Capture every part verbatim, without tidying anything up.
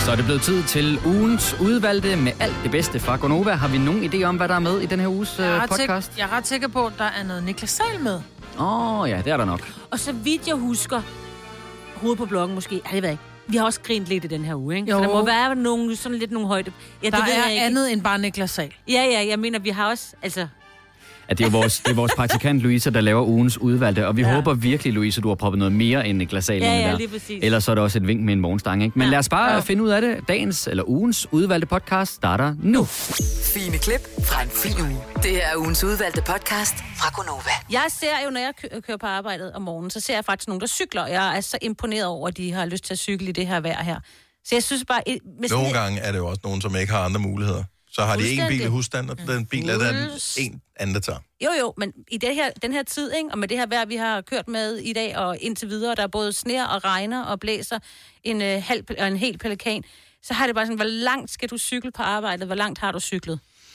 Så er det blevet tid til ugens udvalgte med alt det bedste fra Gonova. Har vi nogen idé om, hvad der er med i den her uges jeg podcast? Tæk, jeg er ret sikker på, at der er noget Niklas Sahl med. Åh oh, ja, det er der nok. Og så vidt jeg husker, hovedet på bloggen måske, ja, det ved jeg ikke. Vi har også grint lidt i den her uge, ikke? Jo. Så der må være nogle, sådan lidt nogle højde. Ja, der det ved er jeg ikke. andet end bare Niklas Sahl. Ja, ja, jeg mener, vi har også, altså... Ja, det er vores, det er vores praktikant Louise, der laver ugens udvalgte, og vi ja. håber virkelig, Louise, du har proppet noget mere end Niklas Sahl. Ja, ja, lige præcis. Ellers så er det også et vink med en morgenstang, ikke? Men ja. lad os bare ja. finde ud af det. Dagens eller ugens udvalgte podcast starter nu. Fine klip fra en fin uge. Det er ugens udvalgte podcast fra Gonova. Jeg ser jo, når jeg kø- kører på arbejdet om morgenen, så ser jeg faktisk nogen, der cykler. Jeg er så imponeret over, at de har lyst til at cykle i det her vejr her. Så jeg synes bare... Med Nogle sådan... gange er det jo også nogen, som ikke har andre muligheder. Så har de en bil i husstand, og den bil er der en anden, der tager. Jo, jo, men i det her, den her tid, ikke, og med det her vejr, vi har kørt med i dag og indtil videre, der er både sner og regner og blæser en, øh, halv, og en hel pelikan, så har det bare sådan, hvor langt skal du cykle på arbejdet? Hvor langt har du cyklet?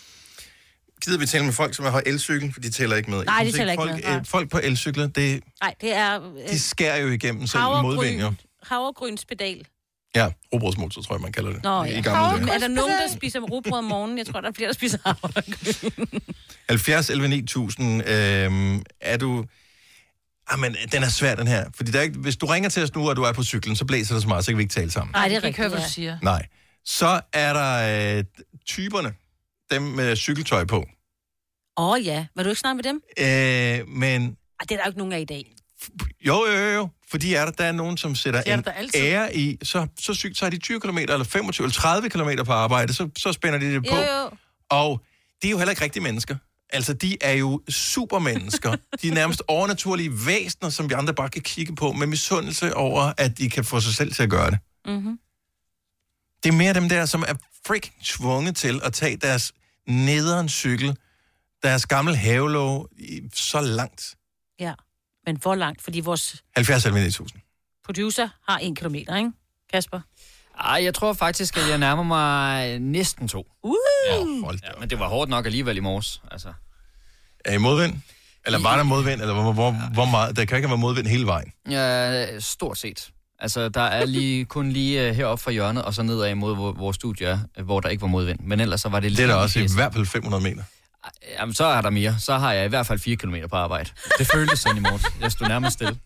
Gider vi tale med folk, som har elcykel, for de tæller ikke med? Nej, de tæller ikke folk, med. Øh, folk på elcykler, det, Nej, det er... Øh, de skærer jo igennem selv modvind, jo. Havregryns-pedal. Ja, rugbrødsmotor, tror jeg, man kalder det. Nå, I ja. gamle dage. Er der nogen, der spiser rugbrød om morgenen? Jeg tror, der er flere, der spiser havregryn. halvfjerds elleve ni tusind, øhm, er du... Jamen, den er svær, den her. Fordi der er ikke... hvis du ringer til os nu, og du er på cyklen, så blæser det så meget, så kan vi ikke tale sammen. Nej, det er Jeg kan rigtigt, høre, hvad ja. du siger. Nej. Så er der øh, typerne, dem med cykeltøj på. Åh oh, ja, vil du ikke snakke med dem? Øh, men... Ej, det er der jo ikke nogen af i dag. Jo, jo, jo, jo. Fordi er der, der er nogen, som sætter Det er en der altid. ære i, så, så sygt tager de tyve kilometer, eller femogtyve, eller tredive kilometer på arbejde, så, så spænder de det på. Jo, jo. Og det er jo heller ikke rigtige mennesker. Altså, de er jo supermennesker. De er nærmest overnaturlige væsener, som vi andre bare kan kigge på med misundelse over, at de kan få sig selv til at gøre det. Mm-hmm. Det er mere dem der, som er freaking tvunget til at tage deres nederen cykel, deres gamle havelåg, så langt. Ja, men hvor langt? Fordi vores halvfjerds elleve tusind. producer har en kilometer, ikke, Kasper? Ej, jeg tror faktisk, at jeg nærmer mig næsten to. Uh! Ja, hold da. Ja, men det var hårdt nok alligevel i morges, altså. Er I modvind? Eller var der modvind? Eller hvor, hvor, hvor meget? Der kan ikke være modvind hele vejen. Ja, stort set. Altså, der er lige, kun lige heroppe fra hjørnet, og så nedad imod, hvor vores studie er, hvor der ikke var modvind. Men ellers så var det lige... Det er der også i hvert fald fem hundrede meter. Jamen, så er der mere. Så har jeg i hvert fald fire kilometer på arbejde. Det føltes sådan i morges. Jeg stod nærmest stille.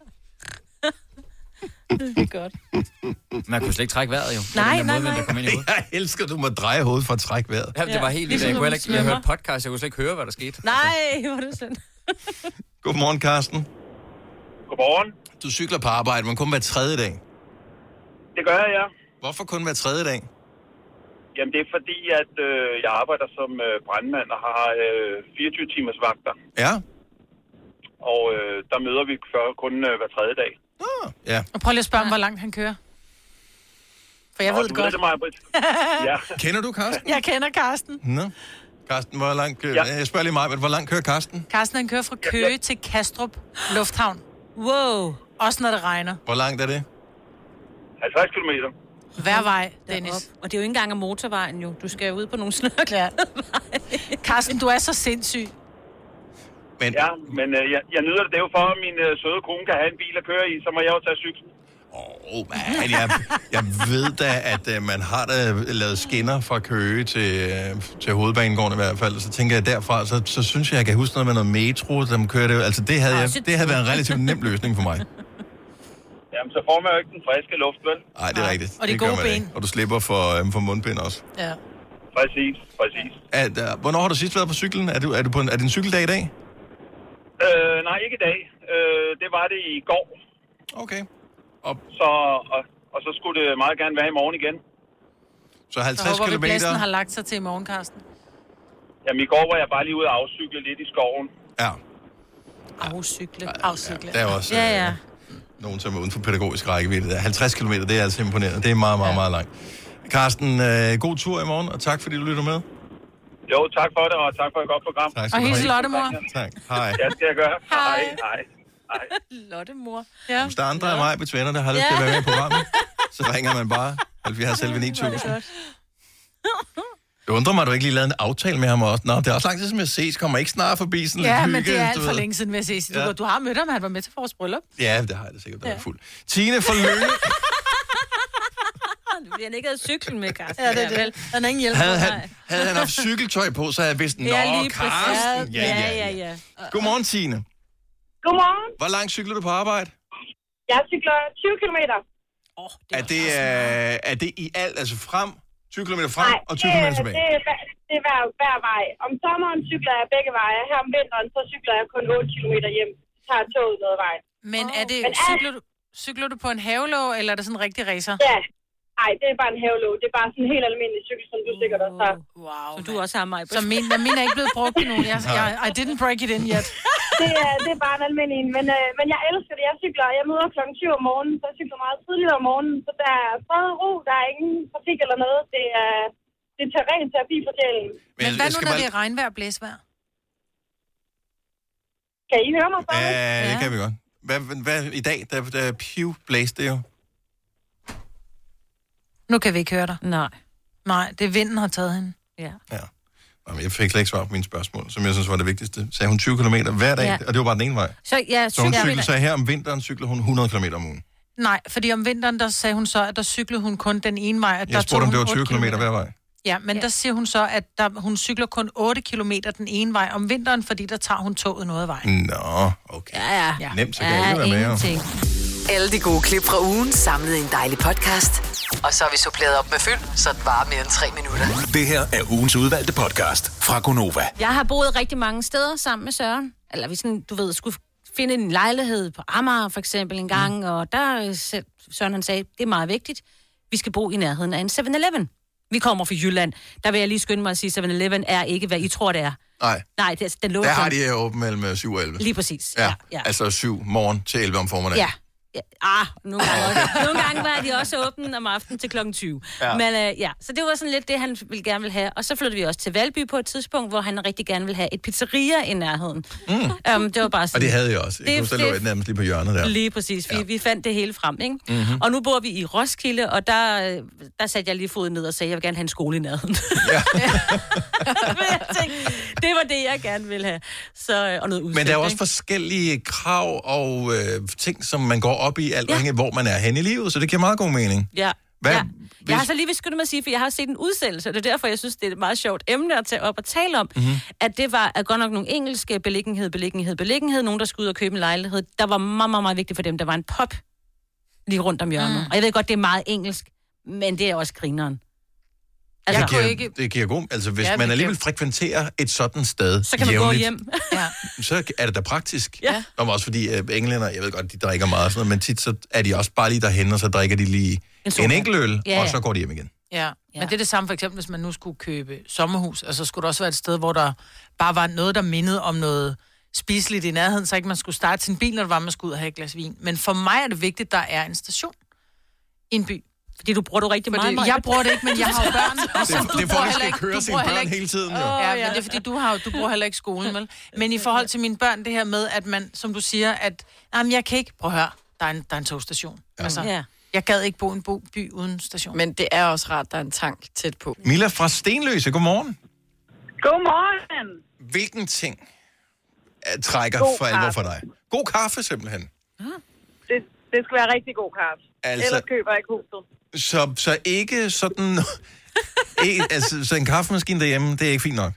Det er godt. Man kunne slet ikke trække vejret, jo. Nej, den nej, modvind, nej. der kom ind i hovedet. Jeg elsker, at du må dreje hovedet for at trække vejret. Ja, det var helt vildt. Ligesom Jeg kunne når heller man ikke... Jeg svømmer. hørte podcast. Jeg kunne slet ikke høre, hvad der skete. Nej, hvor er det synd. Godmorgen, Karsten. Godmorgen. Du cykler på arbejde, men kun hver tredje dag. Det gør jeg, ja. Hvorfor kun hver tredje dag? Jamen, det er fordi, at øh, jeg arbejder som øh, brandmand og har øh, fireogtyve timers vagter. Ja. Og øh, der møder vi før kun øh, hver tredje dag. Ah, ja. Og prøv lige at spørge ham, hvor langt han kører. For jeg Og ved det du godt. Ved det, mig, Britt. Ja. Kender du Karsten? Jeg kender Karsten. Nå. Karsten, hvor langt kører... Ja. Jeg spørger lige mig, men hvor langt kører Karsten? Karsten, han kører fra Køge til Kastrup Lufthavn. Wow. Også når det regner. Hvor langt er det? halvtreds kilometer. Hver vej, Dennis. Derop. Og det er jo ikke engang af motorvejen, jo. Du skal jo ud på nogle snørkler. Ja. Karsten, du er så sindssyg. Men, Ja, men øh, jeg, jeg nyder det. Det er jo for, at min øh, søde kone kan have en bil at køre i, så må jeg jo tage cyklen. Åh, oh, man, jeg, jeg ved da, at uh, man har da lavet skinner fra Køge til, uh, til Hovedbanegården i hvert fald. Så tænker jeg derfra, så, så synes jeg, jeg kan huske noget med noget metro, der kører det. Altså, det havde, jeg, det havde været en relativt nem løsning for mig. Jamen, så får man jo ikke den friske luft, vel? Nej, det er rigtigt. Og de det gør gode man ben. ikke. Og du slipper for, um, for mundbind også. Ja. Præcis, præcis. At, uh, hvornår har du sidst været på cyklen? Er, du, er, du på en, er det en cykeldag i dag? Øh, nej, ikke i dag. Øh, det var det i går. Okay. Så, og, og så skulle det meget gerne være i morgen igen. Så Så halvtreds håber vi, kilometer. blæsten har lagt sig til i morgen, Karsten. Jamen, i går var jeg bare lige ude og afcykle lidt i skoven. Ja. Afcykle. Afcykle. Der er også Ja, ja. øh, nogen, som er uden for pædagogisk rækkevidde. halvtreds kilometer, det er altså imponerende. Det er meget, meget, meget langt. Karsten, øh, god tur i morgen, og tak fordi du lytter med. Jo, tak for det, og tak for et godt program. Tak Og skal du hils have. Lotte, mor. Tak. Hej. Ja, det skal jeg gøre. Hej. Hej. Hej. Lotte, mor. Ja. Hvis der er andre af mig på venner, der har lyst til at være med i programmet, så ringer man bare halvfjerds elleve ni tusind. Det undrer mig, at du ikke lige lavede en aftale med ham også. Nå, det er også lang tid, som jeg ses. Kommer ikke snart forbi sådan Ja, lidt men hygge, det er du alt for ved. længe siden, vil jeg sige. Du, Ja. du har mødt ham, han var med til vores bryllup. Ja, det har jeg da sikkert. Det er Ja. fuld. Tine fra Lønge. Nu bliver han ikke havde cyklen med, Carsten. Ja, det er det. Han har ingen hjælp. Havde han, havde han haft cykeltøj på, så havde jeg vidst, nå, Carsten. Ja, ja, ja, ja. Godmorgen, Tine. Godmorgen. Hvor langt cykler du på arbejde? Jeg cykler tyve kilometer. Oh, det er, det, øh, er det i alt, altså frem, tyve kilometer frem Nej, og tyve kilometer tilbage? det, det, det er hver, hver vej. Om sommeren cykler jeg begge veje. Her om vinteren, så cykler jeg kun otte kilometer hjem. Så tager toget noget vej. Men er det, Men cykler, du, cykler du på en havelåg, eller er det sådan en rigtig racer? Ja. Nej, det er bare en havelåg. Det er bare sådan en helt almindelig cykel, som du sikkert også har. Wow. Så du også har mig. Så min, min er ikke blevet brugt endnu. Jeg, jeg, I didn't break it in yet. Det er, det er bare en almindelig en. Men, øh, men jeg elsker det. Jeg cykler. Jeg møder klokken syv om morgenen, så jeg cykler meget tidligere om morgenen. Så der er fred og ro. Der er ingen trafik eller noget. Det er, det er terræn terapi for sjælen. Men, men hvad nu, når bare... det er regnvejr og blæsvejr? Kan I høre mig så? Ja, det kan vi godt. Hvad, hvad i dag? Der, der er piv blæst det jo. Nu kan vi ikke høre dig. Nej. Nej, det er vinden har taget hende. Ja. Ja. Jamen, jeg fik slet ikke svar på mine spørgsmål, som jeg synes var det vigtigste. Sagde hun tyve kilometer hver dag, ja. Og det var bare den ene vej. Så, ja, så hun cykler sig her om vinteren, cykler hun hundrede kilometer om ugen. Nej, fordi om vinteren, der sagde hun så, at der cyklede hun kun den ene vej. At jeg der spurgte, om det var tyve kilometer hver vej. Ja, men ja. Der siger hun så, at der, hun cykler kun otte kilometer den ene vej om vinteren, fordi der tager hun toget noget af vejen. Nå, okay. Ja, ja. ja. Nemt, så kan ja, jeg ikke være med. Ingenting. Alle de gode klip fra ugen samlet i en dejlig podcast. Og så har vi suppleret op med fyld, så det varer mere end tre minutter. Det her er ugens udvalgte podcast fra Gonova. Jeg har boet rigtig mange steder sammen med Søren. Eller vi sådan, du ved, skulle finde en lejlighed på Amager for eksempel en gang, mm. og der Søren han sagde, det er meget vigtigt. Vi skal bo i nærheden af en seven eleven. Vi kommer fra Jylland. Der vil jeg lige skynde mig at sige, at seven eleven er ikke, hvad I tror, det er. Nej. Nej, det, den lå der har de jo åbent mellem syv og elleve. Lige præcis. Ja, ja, ja. Altså syv morgen til elleve om formiddagen. Ja. Ja, ah, nogle gange, også. nogle gange var de også åbne om aftenen til klokken tyve. Ja. Men øh, ja, så det var sådan lidt det, han ville gerne vil have. Og så flyttede vi også til Valby på et tidspunkt, hvor han rigtig gerne ville have et pizzeria i nærheden. Mm. Um, det var bare sådan, og det havde jeg også. Jeg kunne stille det, nærmest lige på hjørnet der. Lige præcis. Vi, ja. vi fandt det hele frem, ikke? Mm-hmm. Og nu bor vi i Roskilde, og der, der satte jeg lige foden ned og sagde, at jeg vil gerne have en skole i nærheden. Ja. jeg tænkte, det var det, jeg gerne ville have. Så, og noget udsigt, men der er også ikke? forskellige krav og øh, ting, som man går op i, alt afhængigt, ja. hvor man er hen i livet, så det giver meget god mening. Ja. Hvad, ja. hvis... Jeg har så lige vil skynde mig at sige, for jeg har set en udsendelse, og det er derfor, jeg synes, det er et meget sjovt emne at tage op og tale om, mm-hmm. at det var at godt nok nogle engelske beliggenhed, beliggenhed, beliggenhed, nogen, der skulle ud og købe en lejlighed. Der var meget, meget, meget vigtigt for dem. Der var en pop lige rundt om hjørnet. Mm. Og jeg ved godt, det er meget engelsk, men det er også grineren. Altså, det, giver, ikke... det giver god... Altså, hvis ja, man alligevel giver... frekventerer et sådan sted så kan man jævnligt, gå hjem. Ja. Så er det da praktisk. Ja. Og også fordi uh, englænder, jeg ved godt, de drikker meget og sådan noget, men tit så er de også bare lige derhen, og så drikker de lige en, en enkelt øl, ja, ja. og så går de hjem igen. Ja. ja, men det er det samme for eksempel, hvis man nu skulle købe sommerhus, og så skulle der også være et sted, hvor der bare var noget, der mindede om noget spiseligt i nærheden, så ikke man skulle starte sin bil, når det var, man skulle ud og have et glas vin. Men for mig er det vigtigt, at der er en station i en by. Fordi du bruger du rigtig fordi meget, meget. Jeg bruger det ikke, men jeg har jo børn. Og det, det er for, at du skal køre sine børn hele tiden. Jo. Oh, ja, men det er fordi, du, har, du bruger heller ikke skolen, vel? Men i forhold til mine børn, det her med, at man, som du siger, at jamen, jeg kan ikke... Prøv at høre, der er en, der er en togstation. Ja. Altså, ja. Jeg gad ikke bo i en bo, by uden station. Men det er også rart, der er en tank tæt på. Mila fra Stenløse, godmorgen. Godmorgen. Hvilken ting trækker god for alvor for dig? God kaffe, simpelthen. Ah. Det, det skal være rigtig god kaffe. Altså... Ellers køber jeg ikke huset. Så, så ikke sådan... ikke, altså, så en kaffemaskine derhjemme, det er ikke fint nok?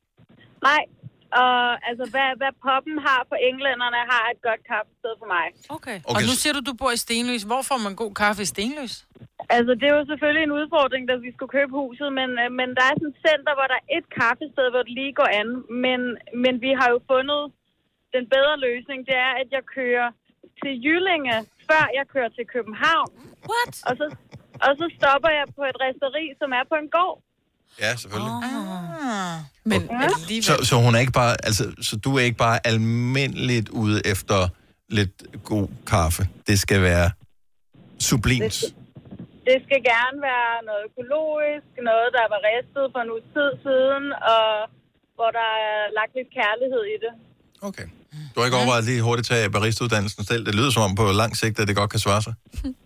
Nej. Og altså, hvad, hvad poppen har for englænderne, har et godt kaffested for mig. Okay. okay. Og nu siger du, du bor i Stenløs. Hvor får man god kaffe i Stenløs? Altså, det er jo selvfølgelig en udfordring, da vi skulle købe huset, men, men der er sådan et center, hvor der er et kaffested, hvor det lige går an. Men, men vi har jo fundet den bedre løsning, det er, at jeg kører til Jyllinge, før jeg kører til København. What? Og så, og så stopper jeg på et restaureri, som er på en gård. Ja, selvfølgelig. Ah. Men ja. så, så hun er ikke bare, altså, så du er ikke bare almindeligt ude efter lidt god kaffe. Det skal være sublimt. Det skal, det skal gerne være noget økologisk, noget, der var ristet for en uge tid siden, og hvor der er lagt lidt kærlighed i det. Okay. Du har ikke overvejet lige hurtigt tage baristauddannelsen selv. Det lyder som om på lang sigt, at det godt kan svare sig.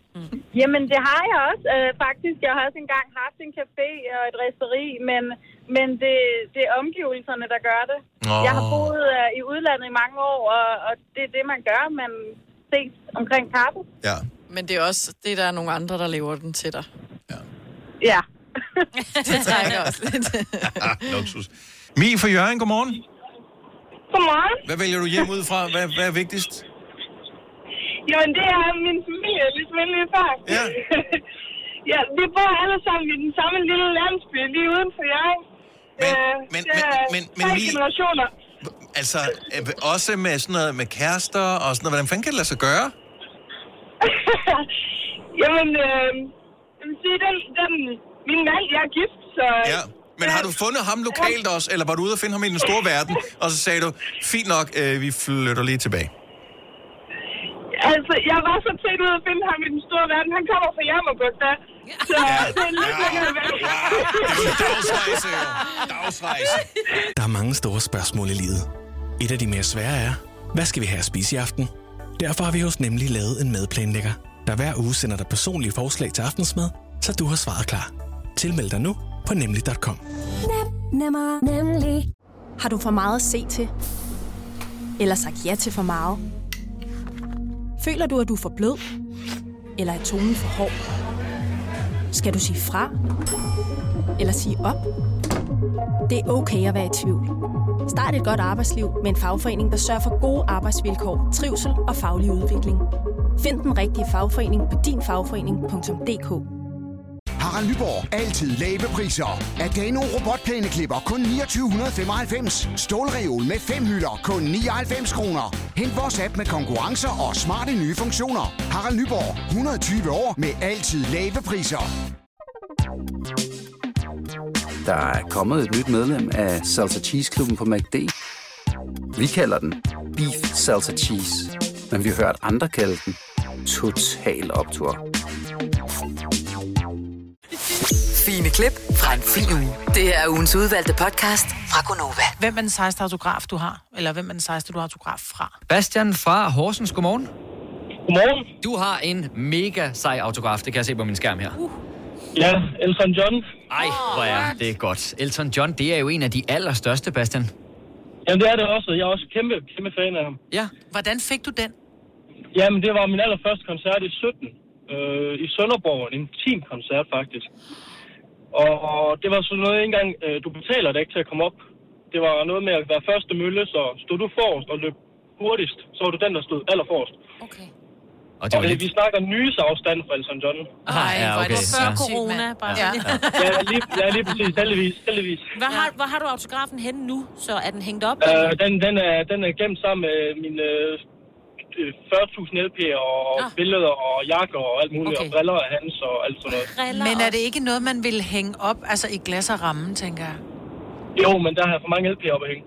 Jamen, det har jeg også. Øh, faktisk, jeg har også engang haft en café og et restaureri, men, men det, det er omgivelserne, der gør det. Oh. Jeg har boet øh, i udlandet i mange år, og, og det er det, man gør. Man ses omkring kaffe. Ja. Men det er også det, der er nogle andre, der lever den til dig. Ja. Ja. Det trækker også lidt. Luksus. Mie fra Hjørring, godmorgen. Godmorgen. Hvad vælger du hjem ud fra? Hvad, hvad er vigtigst? Jamen, det er min familie, ligesom min lille far. Ja. Ja, vi bor alle sammen i den samme lille landsby, lige uden for Hjørring. Men, Øh, men, det men, er men, men tre Mie, generationer. altså, øh, også med sådan noget med kærester og sådan noget, hvordan fanden kan det lade sig gøre? Jamen, øh, jeg vil sige, den, den, min mand, jeg er gift, så... Ja. Men har du fundet ham lokalt også, eller var du ude at finde ham i den store verden, og så sagde du, fint nok, øh, vi flytter lige tilbage? Altså, jeg var så tæt ude at finde ham i den store verden. Han kommer fra Jammerbugt, der. Så Ja. det er lidt Ja. længere væk. Wow, det er jo en dagsrejse, jo. Dagsrejse. Der er mange store spørgsmål i livet. Et af de mere svære er, hvad skal vi have at spise i aften? Derfor har vi hos Nemlig lavet en madplanlægger, der hver uge sender dig personlige forslag til aftensmad, så du har svaret klar. Tilmeld dig nu på nemlig punktum com. Nem, nemmer, nemlig. Har du for meget at se til? Eller sagt ja til for meget? Føler du, at du er for blød? Eller er tonen for hård? Skal du sige fra? Eller sige op? Det er okay at være i tvivl. Start et godt arbejdsliv med en fagforening, der sørger for gode arbejdsvilkår, trivsel og faglig udvikling. Find den rigtige fagforening på din fagforening punktum d k. Harald Nyborg. Altid lave priser. Adano robotplæneklipper kun niogtyve femoghalvfems. Stålreol med fem hylder kun nioghalvfems kroner. Hent vores app med konkurrencer og smarte nye funktioner. Harald Nyborg. hundrede og tyve år med altid lave priser. Der er kommet et nyt medlem af Salsa Cheese Klubben på McD. Vi kalder den Beef Salsa Cheese, men vi har hørt andre kalde den Total Optur. Fine klip fra en fin uge. Det er ugens udvalgte podcast fra Gonova. Hvem er den sejeste autograf, du har? Eller hvem er den sejeste, du har autograf fra? Bastian fra Horsens, godmorgen. Godmorgen. Du har en mega sej autograf, det kan jeg se på min skærm her. Uh. Ja, Elton John. Ej, hvor er det godt. Elton John, det er jo en af de allerstørste, Bastian. Jamen, det er det også. Jeg er også kæmpe, kæmpe fan af ham. Ja. Hvordan fik du den? Jamen, det var min allerførste koncert i sytten. Øh, I Sønderborg. En teamkoncert, faktisk. Og det var sådan noget, ikke engang, øh, du betaler dig ikke til at komme op. Det var noget med at være første mølle, så stod du forrest og løb hurtigst, så var du den, der stod allerforrest. Okay. Og det var og lidt... vi snakker nyes afstand fra Elton John. Ej, ja, okay. Det var før ja. corona. Bare ja. ja, lige, ja, lige præcis. Heldigvis. heldigvis. Hvor har, hvor har du autografen henne nu? Så er den hængt op? Øh, den, den, er, den er gemt sammen med mine øh, fyrre tusind L P'er og ah. billeder og jakker og alt muligt. Okay. Og briller af hans og alt sådan noget. Briller men er det ikke noget, man vil hænge op, altså i glas og rammen, tænker jeg? Jo, men der har jeg for mange L P'er op at hænge.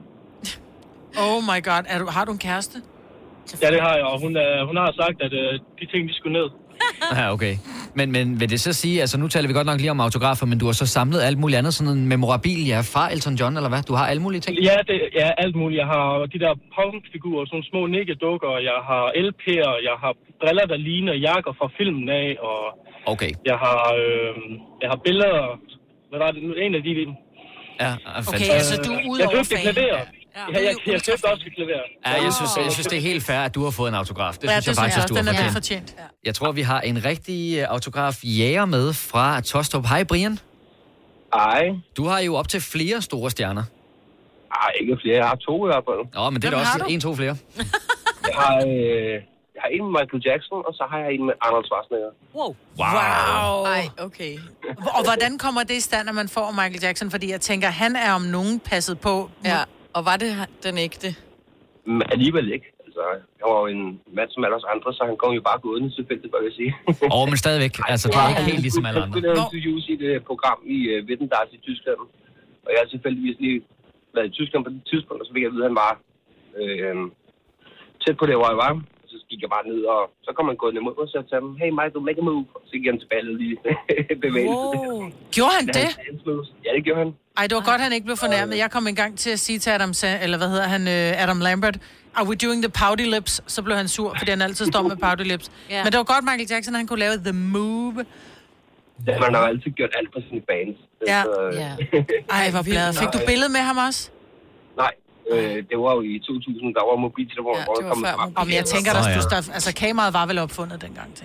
Oh my god. Er du, har du en kæreste? Ja, det har jeg, og hun, øh, hun har sagt, at øh, de ting, de skulle ned. Ja, okay. Men, men vil det så sige, altså nu taler vi godt nok lige om autografer, men du har så samlet alt muligt andet, sådan en memorabilia fra Elton John, eller hvad? Du har alle mulige ting? Ja, det, ja alt muligt. Jeg har de der punkfigurer, sådan små nikkedukker, jeg har L P'er, jeg har briller, der ligner jakker fra filmen af, og okay. jeg har, øh, jeg har billeder, hvad var det nu? En af de... Ja, okay, så du er ude jeg over fan. Klaver. Ja, jeg, jeg, jeg købte også et klaver. Ja, jeg synes, jeg synes, det er helt fair, at du har fået en autograf. Det ja, synes det jeg faktisk, jeg, du har den er fortjent. fortjent. Jeg tror, vi har en rigtig autograf jæger med fra Tostrup. Hej, Brian. Hej. Du har jo op til flere store stjerner. Nej, ikke flere. Jeg har to i hvert fald. Nå, men det er da også en, to flere. jeg, har, øh, jeg har en med Michael Jackson, og så har jeg en med Arnold Schwarzenegger. Wow. Wow. wow. Ej, okay. Og hvordan kommer det i stand, når man får Michael Jackson? Fordi jeg tænker, han er om nogen passet på. Ja, og var det den ægte? Men alligevel ikke. Altså, jeg var jo en mand som alle os andre, så han kom jo bare gående tilfældigt, hvad jeg sige. Åh, oh, men stadigvæk. Altså, det er ikke helt ligesom alle andre. Jeg skulle interviews i det program i uh, Wittendars i Tyskland. Og jeg har tilfældigvis lige været i Tyskland på det tidspunkt, og så fik jeg at vide, at han var øh, tæt på det, hvor jeg var. Og så gik jeg bare ned, og så kom han gående imod mig, og så sagde han, hey Michael, make a move. Og så gik han tilbage lige bevægelse. Wow. Gjorde han det? Ja, det gjorde han. Ej, det var godt, han ikke blev fornærmet. Jeg kom engang til at sige til Adam, eller hvad hedder han, Adam Lambert, are we doing the pouty lips? Så blev han sur, fordi han altid står med pouty lips. Yeah. Men det var godt, Michael Jackson, han kunne lave the move. Ja, man har jo altid gjort alt for sine fans. Ja. Så, ja. Ej, hvor bladet. Fik du billede med ham også? Nej, øh, det var jo i to tusind, der var mobiltelefon, ja, hvor der kom frem. Om jeg tænker, der, du, altså kameraet var vel opfundet dengang, tænker jeg.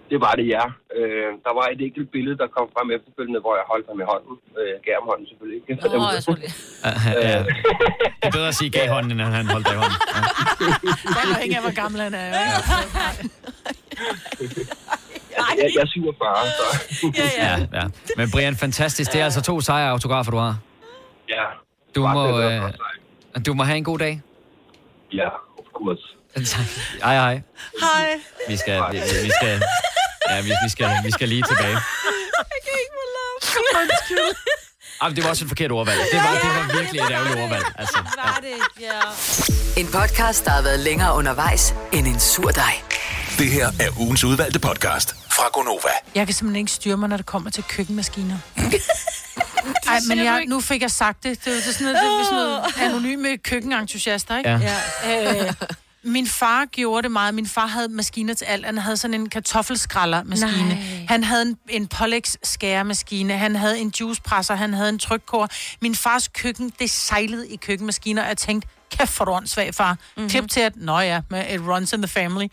Det var det, ja. Øh, der var et enkelt billede, der kom frem efterfølgende, hvor jeg holdt ham i hånden. Øh, gav ham hånden selvfølgelig ikke. Åh, oh, jeg skulle lige. Ja. Det er bedre at sige gav hånden, end at han holdt dig i hånden. Ja. Det er ikke af, hvor gammel han er. Ja. Jeg, jeg er syvogfyrre, så... ja, ja. ja, ja. Men Brian, fantastisk. Det er altså to sejre autografer, du har. Ja. Du må, øh, du må have en god dag. Ja, of course. Hej, hej. Hej. Vi skal, vi, vi skal, ja, vi, vi skal, vi skal lige tilbage. Jeg kan ikke få lov. Undskyld. Jamen, det var også et forkert ordvalg. Det var, det var virkelig et ærgerligt ordvalg. Altså, var det, ja. En podcast, der har været længere undervejs end en sur dej. Det her er ugens udvalgte podcast fra Gonova. Jeg kan simpelthen ikke styre mig, når det kommer til køkkenmaskiner. Ej, men jeg, nu fik jeg sagt det. Det er jo sådan noget, det er sådan noget anonyme køkkenentusiaster, ikke? Ja. Ja. Øh, min far gjorde det meget. Min far havde maskiner til alt. Han havde sådan en kartoffelskrællermaskine. Nej. Han havde en, en Pollex-skæremaskine. Han havde en juicepresser. Han havde en trykkor. Min fars køkken, det sejlede i køkkenmaskiner, og jeg tænkte, kæft for du åndssvag, far. Mm-hmm. Klip til, at nå ja, med it runs in the family.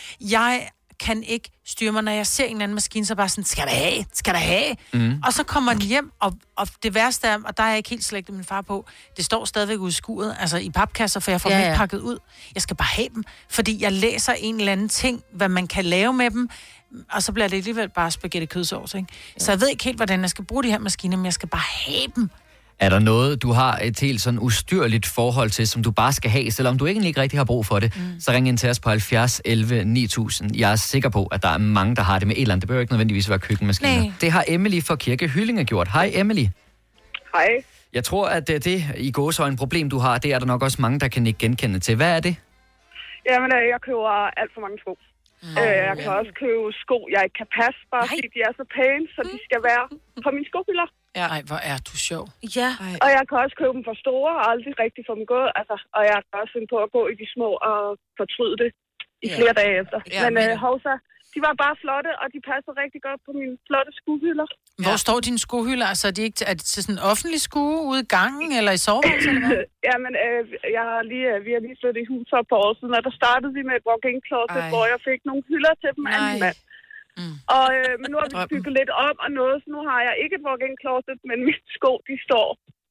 Jeg kan ikke styre mig, når jeg ser en anden maskine, så bare sådan, skal der have, skal der have? Mm. Og så kommer den hjem, og, og det værste er, og der er jeg ikke helt slægtet min far på, det står stadigvæk ude i skuret, altså i papkasser, for jeg får ja, dem ikke ja. pakket ud. Jeg skal bare have dem, fordi jeg læser en eller anden ting, hvad man kan lave med dem, og så bliver det alligevel bare spaghetti kødsovs, ikke? Ja. Så jeg ved ikke helt, hvordan jeg skal bruge de her maskiner, men jeg skal bare have dem. Er der noget, du har et helt sådan ustyrligt forhold til, som du bare skal have, selvom du egentlig ikke rigtig har brug for det, mm. så ring ind til os på halvfjerds elleve ni tusind. Jeg er sikker på, at der er mange, der har det med et eller andet. Det behøver ikke nødvendigvis være køkkenmaskiner. Nej. Det har Emily fra Kirke Hyllinge gjort. Hej Emily. Hej. Jeg tror, at det, det i gåseøjne problem, du har, det er der nok også mange, der kan ikke genkende til. Hvad er det? Jamen, jeg køber alt for mange sko. Oh, jeg kan ja. også købe sko, jeg ikke kan passe, bare fordi de er så pæne, så de skal være på mine skofylder. Ja. Ej, hvor er du sjov. Ja. Og jeg kan også købe dem for store, og aldrig rigtig få dem gået. Altså, og jeg kan også finde på at gå i de små og fortryde det i ja. flere dage efter. Ja, men men... Øh, hovsa, de var bare flotte, og de passer rigtig godt på mine flotte skofylder. Hvor ja. står dine skohylder? Altså, er, de ikke, er det til sådan en offentlig skue ude i gangen, eller i soveværelset, eller hvad? Jamen, øh, jeg har lige, øh, vi har lige flyttet i hus for et par år siden, og der startede vi med et walk-in closet, hvor jeg fik nogle hylder til dem af min mand. Mm. Og, øh, men nu har vi bygget lidt om og noget, så nu har jeg ikke et walk-in closet, men mine sko, de står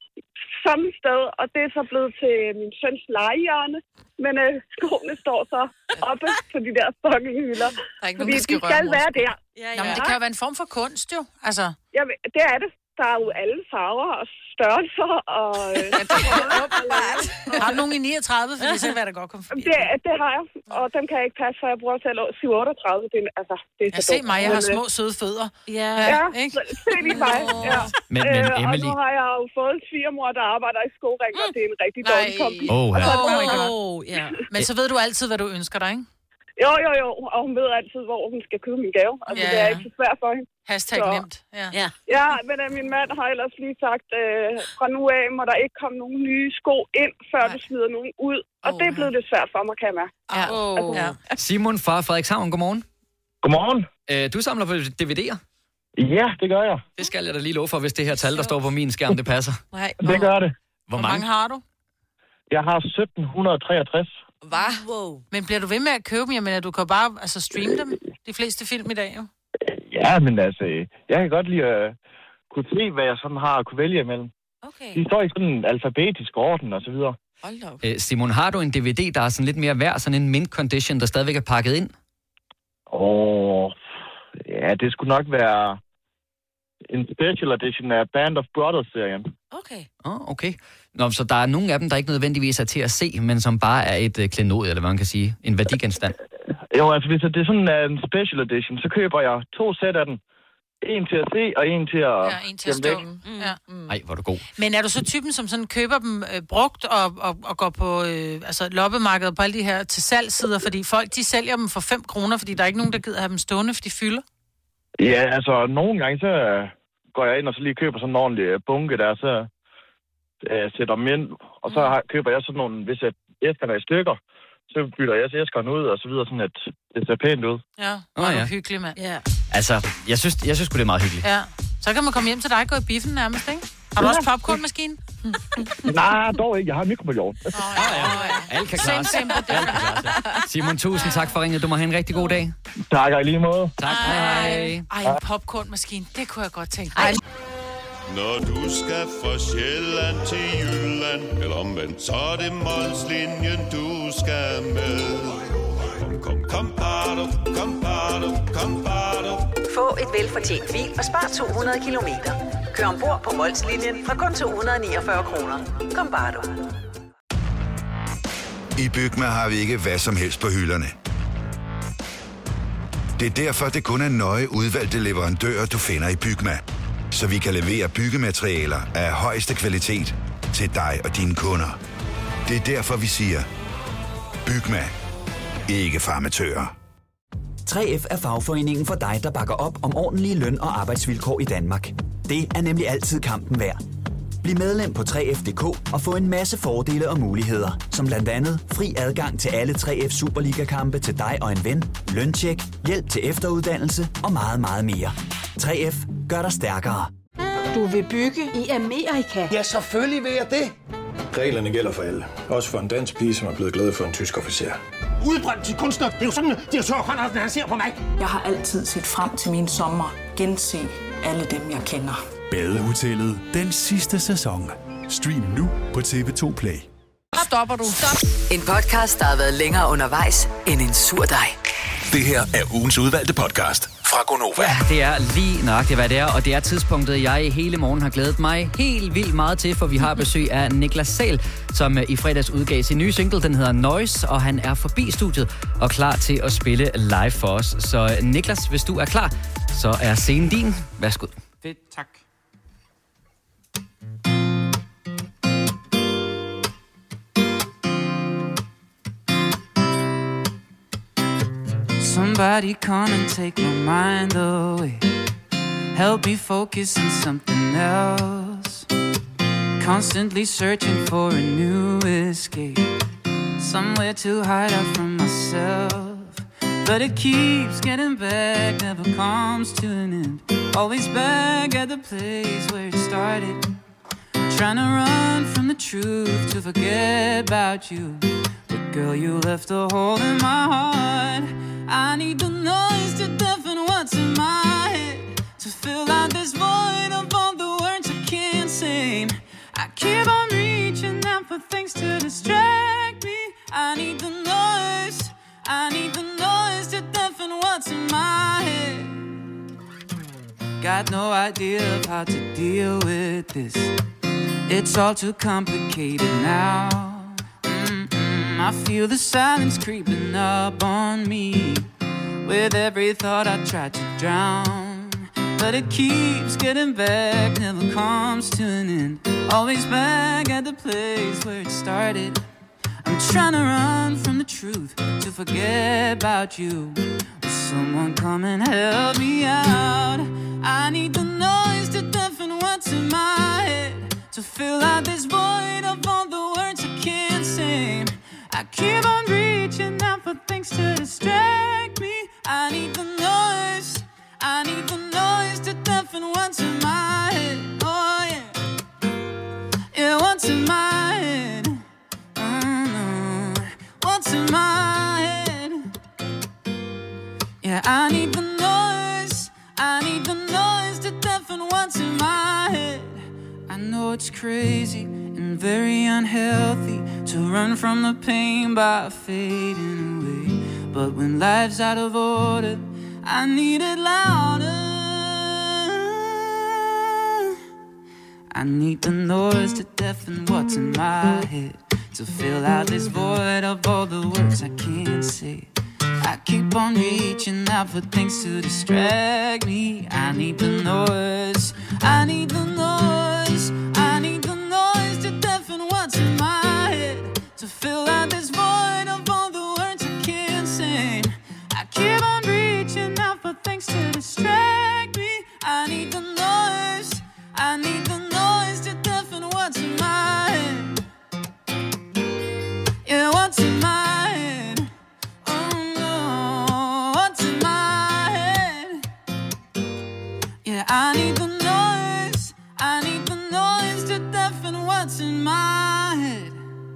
samme sted, og det er så blevet til min søns legehjørne, men øh, skoene står så oppe på de der fucking hylder, fordi nogen, de skal være der. Ja, ja. Nå, men det kan jo være en form for kunst, jo. Altså. Ja, det er det. Der er jo alle farver og størrelser, og... Øh, har du nogen i niogtredive? For det er hvad der godt kommer forbi. Det, det har jeg, og dem kan jeg ikke passe, for jeg bruger selv syv otteogtredive. Det er, altså, det er så jeg ser mig, jeg har små søde fødder. Ja, ja ikke? Se lige mig. Ja. Men, men øh, Emily... Og nu har jeg jo fået en svigermor, der arbejder i skoring, og det er en rigtig dårlig kombi. Oh, ja. oh my god. Ja. Men så ved du altid, hvad du ønsker dig, ikke? Jo, jo, jo, og hun ved altid, hvor hun skal købe min gave. Altså, ja. Det er ikke så svært for hende. Hashtag så. Nemt. Ja, ja. ja men uh, min mand har ellers lige sagt, uh, fra nu af må der ikke komme nogen nye sko ind, før Nej. du smider nogen ud. Og oh, det er blevet lidt svært for mig, kan jeg mærke. Ja. Oh, altså, ja. Simon fra Frederikshavn, godmorgen. Godmorgen. Uh, du samler på D V D'er? Ja, det gør jeg. Det skal jeg da lige love for, hvis det her tal, der står på min skærm, det passer. Nej. Det gør det. Hvor, Hvor mange har du? Jeg har sytten treogtres. Hvad? Wow. Men bliver du ved med at købe dem? Jeg mener, du kan bare altså, streame dem, de fleste film i dag, jo. Ja, men altså, jeg kan godt lide at kunne se, hvad jeg sådan har at kunne vælge imellem. Okay. De står i sådan en alfabetisk orden og så videre. Hold da op. Æ, Simon, har du en D V D, der er sådan lidt mere værd, sådan en mint condition, der stadigvæk er pakket ind? Åh, ja, det skulle nok være en special edition af Band of Brothers-serien. Okay. Åh, oh, okay. Nå, så der er nogle af dem, der ikke nødvendigvis er til at se, men som bare er et uh, klenod, eller hvad man kan sige, en værdigenstand. Jo, altså hvis det er sådan en special edition, så køber jeg to sæt af den. En til at se, og en til at... Ja, en til at stå. Mm. Ja. Mm. Ej, hvor er du god. Men er du så typen, som sådan køber dem øh, brugt og, og, og går på øh, altså loppemarkedet på alle de her til salgssider, fordi folk, de sælger dem for fem kroner, fordi der er ikke nogen, der gider have dem stående, for de fylder? Ja, altså nogle gange, så går jeg ind og så lige køber sådan en ordentlig bunke der, så øh, sætter dem ind, og så har, køber jeg sådan nogle, hvis jeg æskerne er i stykker, så bytter jeg æskerne ud, og så videre, sådan at det ser pænt ud. Ja, oh, er ja. du hyggelig, mand. Ja. Altså, jeg synes, jeg synes sgu, det er meget hyggeligt. Ja, så kan man komme hjem til dig og gå i biffen nærmest, ikke? Har du også popcornmaskine? Nej, dog ikke. Jeg har en mikrobølgeovn. Oh, ja, ja. Alt kan klare sig. Simon, tusind tak for ringet. Du må have en rigtig god dag. Tak, og i lige måde. Tak. Hej, hej. Ej, en popcornmaskine, det kunne jeg godt tænke mig. Når du skal fra Sjælland til Jylland, eller omvendt, så er det Molslinjen, du skal med. Kom, kom, kom, bado, kom, bado, kom, bado. Få et velfortjent bil og spar to hundrede kilometer. Kør ombord på Molslinjen fra kun to hundrede niogfyrre kroner. Kom, bare du. I Bygma har vi ikke hvad som helst på hylderne. Det er derfor, det kun er nøje udvalgte leverandører, du finder i Bygma. Så vi kan levere byggematerialer af højeste kvalitet til dig og dine kunder. Det er derfor, vi siger, Bygma. Ikke farmatører. tre F er fagforeningen for dig, der bakker op om ordentlige løn- og arbejdsvilkår i Danmark. Det er nemlig altid kampen værd. Bliv medlem på tre F punktum d k og få en masse fordele og muligheder, som blandt andet fri adgang til alle tre F Superliga-kampe til dig og en ven, løntjek, hjælp til efteruddannelse og meget, meget mere. tre F gør dig stærkere. Du vil bygge i Amerika? Ja, selvfølgelig vil jeg det. Reglerne gælder for alle. Også for en dansk pige, som er blevet glad for en tysk officer. Udbrændt til kunstner. Det er jo sådan, at de har tørt, han ser på mig. Jeg har altid set frem til min sommer. Gense alle dem, jeg kender. Badehotellet den sidste sæson. Stream nu på T V to Play. Stopper du. Stop. En podcast, der har været længere undervejs end en sur dej. Det her er ugens udvalgte podcast fra Gonova. Ja, det er lige nøjagtigt, hvad det er, og det er tidspunktet, jeg hele morgen har glædet mig helt vildt meget til, for vi har besøg af Niklas Sahl, som i fredags udgav sin nye single, den hedder Noise, og han er forbi studiet og klar til at spille live for os. Så Niklas, hvis du er klar, så er scenen din. Værsgo. Fedt, tak. Somebody come and take my mind away. Help me focus on something else. Constantly searching for a new escape. Somewhere to hide out from myself. But it keeps getting back, never comes to an end. Always back at the place where it started. Trying to run from the truth to forget about you. But girl, you left a hole in my heart. I need the noise to deafen what's in my head, to fill out this void of all the words I can't say. I keep on reaching out for things to distract me. I need the noise, I need the noise to deafen what's in my head. Got no idea of how to deal with this. It's all too complicated now. I feel the silence creeping up on me. With every thought I try to drown, but it keeps getting back, never comes to an end. Always back at the place where it started. I'm trying to run from the truth, to forget about you. Will someone come and help me out? I need the noise to deafen what's in my head, to fill out this void of all the words I can't say. I keep on reaching out for things to distract me. I need the noise, I need the noise to deafen what's in my head. Oh yeah, yeah, what's in my head? Oh no, what's in my head? Yeah, I need the noise, I need the noise to deafen what's in my head. I know it's crazy and very unhealthy to run from the pain by fading away. But when life's out of order, I need it louder. I need the noise to deafen what's in my head, to fill out this void of all the words I can't say. I keep on reaching out for things to distract me. I need the noise, I need the noise, I need the noise to deafen what's in my head, to fill out this void of all the words I can't say. I keep on reaching out for things to distract me. I need the noise, I need the noise to deafen what's in my head. Yeah, what's in my head? Oh no, what's in my head? Yeah, I need the noise, I need the noise to to death and what's in my head.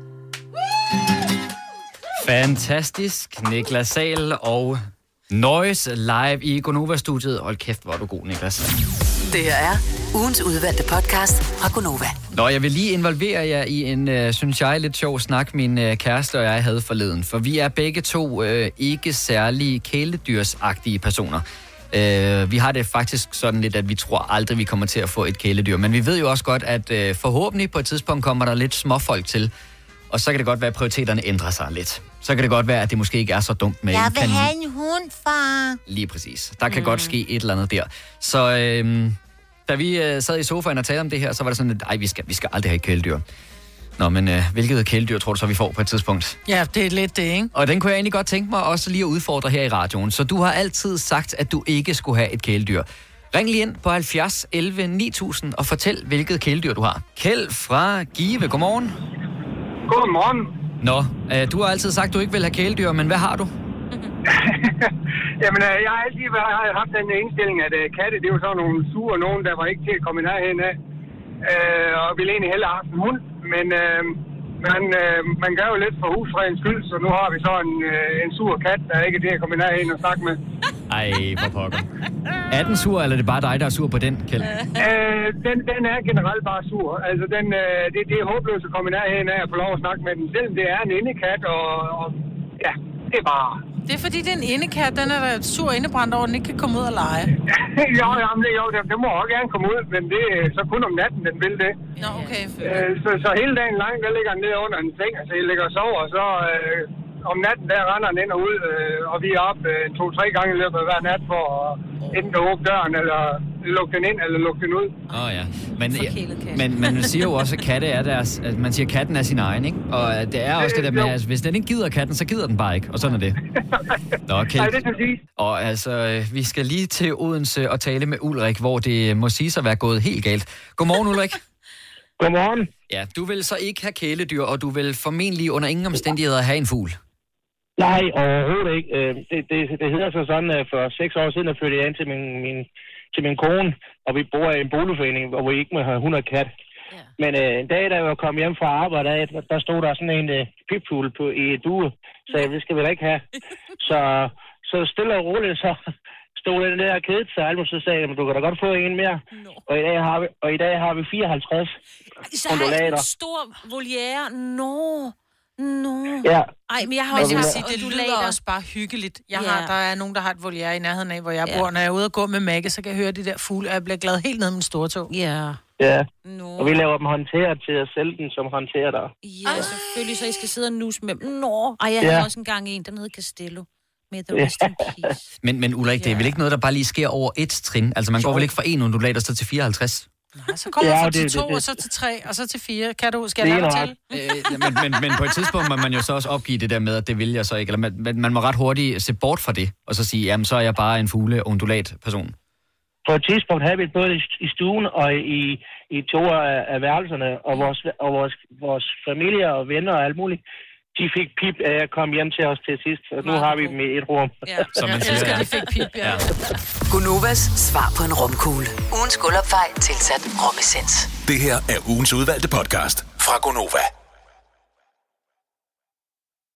Fantastisk, Niklas Sahl og Noise live i Gonova-studiet. Hold kæft, hvor er du god, Niklas. Det her er ugens udvalgte podcast fra Gonova. Nå, jeg vil lige involvere jer i en, øh, synes jeg, lidt sjov snak, min øh, kæreste og jeg havde forleden. For vi er begge to øh, ikke særlig kæledyrsagtige personer. Øh, vi har det faktisk sådan lidt, at vi tror aldrig, vi kommer til at få et kæledyr. Men vi ved jo også godt, at øh, forhåbentlig på et tidspunkt kommer der lidt småfolk til. Og så kan det godt være, at prioriteterne ændrer sig lidt. Så kan det godt være, at det måske ikke er så dumt med jeg en vil kanin. have en hund, far. Lige præcis. Der kan Mm. godt ske et eller andet der. Så øh, da vi øh, sad i sofaen og talte om det her, så var det sådan, at ej, vi skal, vi skal aldrig have et kæledyr. Nå, men øh, hvilket kæledyr tror du så, vi får på et tidspunkt? Ja, det er lidt det, ikke? Og den kunne jeg egentlig godt tænke mig også lige at udfordre her i radioen. Så du har altid sagt, at du ikke skulle have et kæledyr. Ring lige ind på halvfjerds elleve ni tusind og fortæl, hvilket kæledyr du har. Kjeld fra Give, godmorgen. Godmorgen. Nå, øh, du har altid sagt, at du ikke vil have kæledyr, men hvad har du? Jamen, øh, jeg har altid været, jeg har haft den indstilling, at øh, katte, det er jo sådan nogle sure nogen, der var ikke til at komme i nærheden af. Øh, og ville egentlig hellere have haft en hund. Men øh, man, øh, man gør jo lidt for husfredens skyld, så nu har vi så en, øh, en sur kat, der ikke er til at komme i nærheden og snakke med. Ej, hvor pokker. Er den sur, eller er det bare dig, der er sur på den, Kjeld? Øh, den, den er generelt bare sur. Altså, den, øh, det, det er håbløst at komme i nærheden af at få lov at snakke med den. Selvom det er en indekat, og, og ja, det er bare... Det er fordi, det er en indekat, den er der sur indebrændt over, den ikke kan komme ud og lege. jo, jamen, det, jo det, det må også gerne komme ud, men det er så kun om natten, den vil det. Nå, okay. Øh, så, så hele dagen lang, der ligger den ned under en seng, altså jeg ligger og sover, og så øh, om natten, der render den ind og ud, øh, og vi er op øh, to-tre gange i løbet af hver nat for at enten at åbne døren, eller lukke den ind, eller lukke den ud. Åh oh, ja. Men, ja, men man siger jo også, at katte er deres... At man siger, at katten er sin egen, ikke? Og det er også det der med, at hvis den ikke gider katten, så gider den bare ikke. Og sådan er det. Nå, okay. Nej, det er præcis. Og altså, vi skal lige til Odense og tale med Ulrik, hvor det må sige sig at være gået helt galt. Godmorgen, Ulrik. Godmorgen. Ja, du vil så ikke have kæledyr, og du vil formentlig under ingen omstændigheder have en fugl. Nej, overhovedet ikke. Det, det, det hedder så sådan, at for seks år siden, jeg flyttede ind til min, min, til min kone, og vi bor i en boligforening, hvor vi ikke må have hund og kat. Ja. Men øh, en dag, da jeg var kommet hjem fra arbejde, der stod der sådan en øh, pipfugl på i et due, så jeg, det skal vi da ikke have. Så, så stille og roligt, så stod den der og kedede sig, og så sagde jeg, du kan da godt få en mere. No. Og, i dag har vi, og i dag har vi fireoghalvtreds undulater. Så stor voliere. Nå. No. Ja. Ej, men jeg har Men også jeg vil haft sige, det undulater. lyder også bare hyggeligt. Jeg Ja. har, der er nogen, der har et voliere i nærheden af, hvor jeg Ja. bor. Når jeg er ude og gå med Maggie, så kan jeg høre de der fugle, og jeg bliver glad helt ned med min store tog. Ja. Ja. No. Og vi laver dem håndteret til at sælge den som håndterer der. Ja, selvfølgelig, så I skal sidde og nuse med dem. Nå. Ej, jeg Ja. havde også engang en, der hed Castello. Med The Rest in Peace. Men, men Ulrik, det er vel ikke noget, der bare lige sker over et trin? Altså, man går vel ikke fra en undulat og så til fireoghalvtreds? Nej, så kommer Ja, man fra det- til det- to, det- og så til tre, og så til fire. Kan du, skal Det jeg er lade dig nok. til? Øh, men, men, men på et tidspunkt må man jo så også opgive det der med, at det vil jeg så ikke. Eller man, man- man må ret hurtigt se bort fra det, og så sige, jamen så er jeg bare en fugle-undulat-person. På et tidspunkt havde vi det både i- i stuen og i, i to af, af værelserne, og vores, og vores, vores familie og venner og alt muligt, de fik pip, at jeg kom hjem til os til sidst, og nu har vi dem i et rum. Ja, som man siger, ja. De fik pip, ja. ja. Gonovas svar på en romkugle. Ugens guldopfej tilsat romessens. Det her er ugens udvalgte podcast fra Gonova.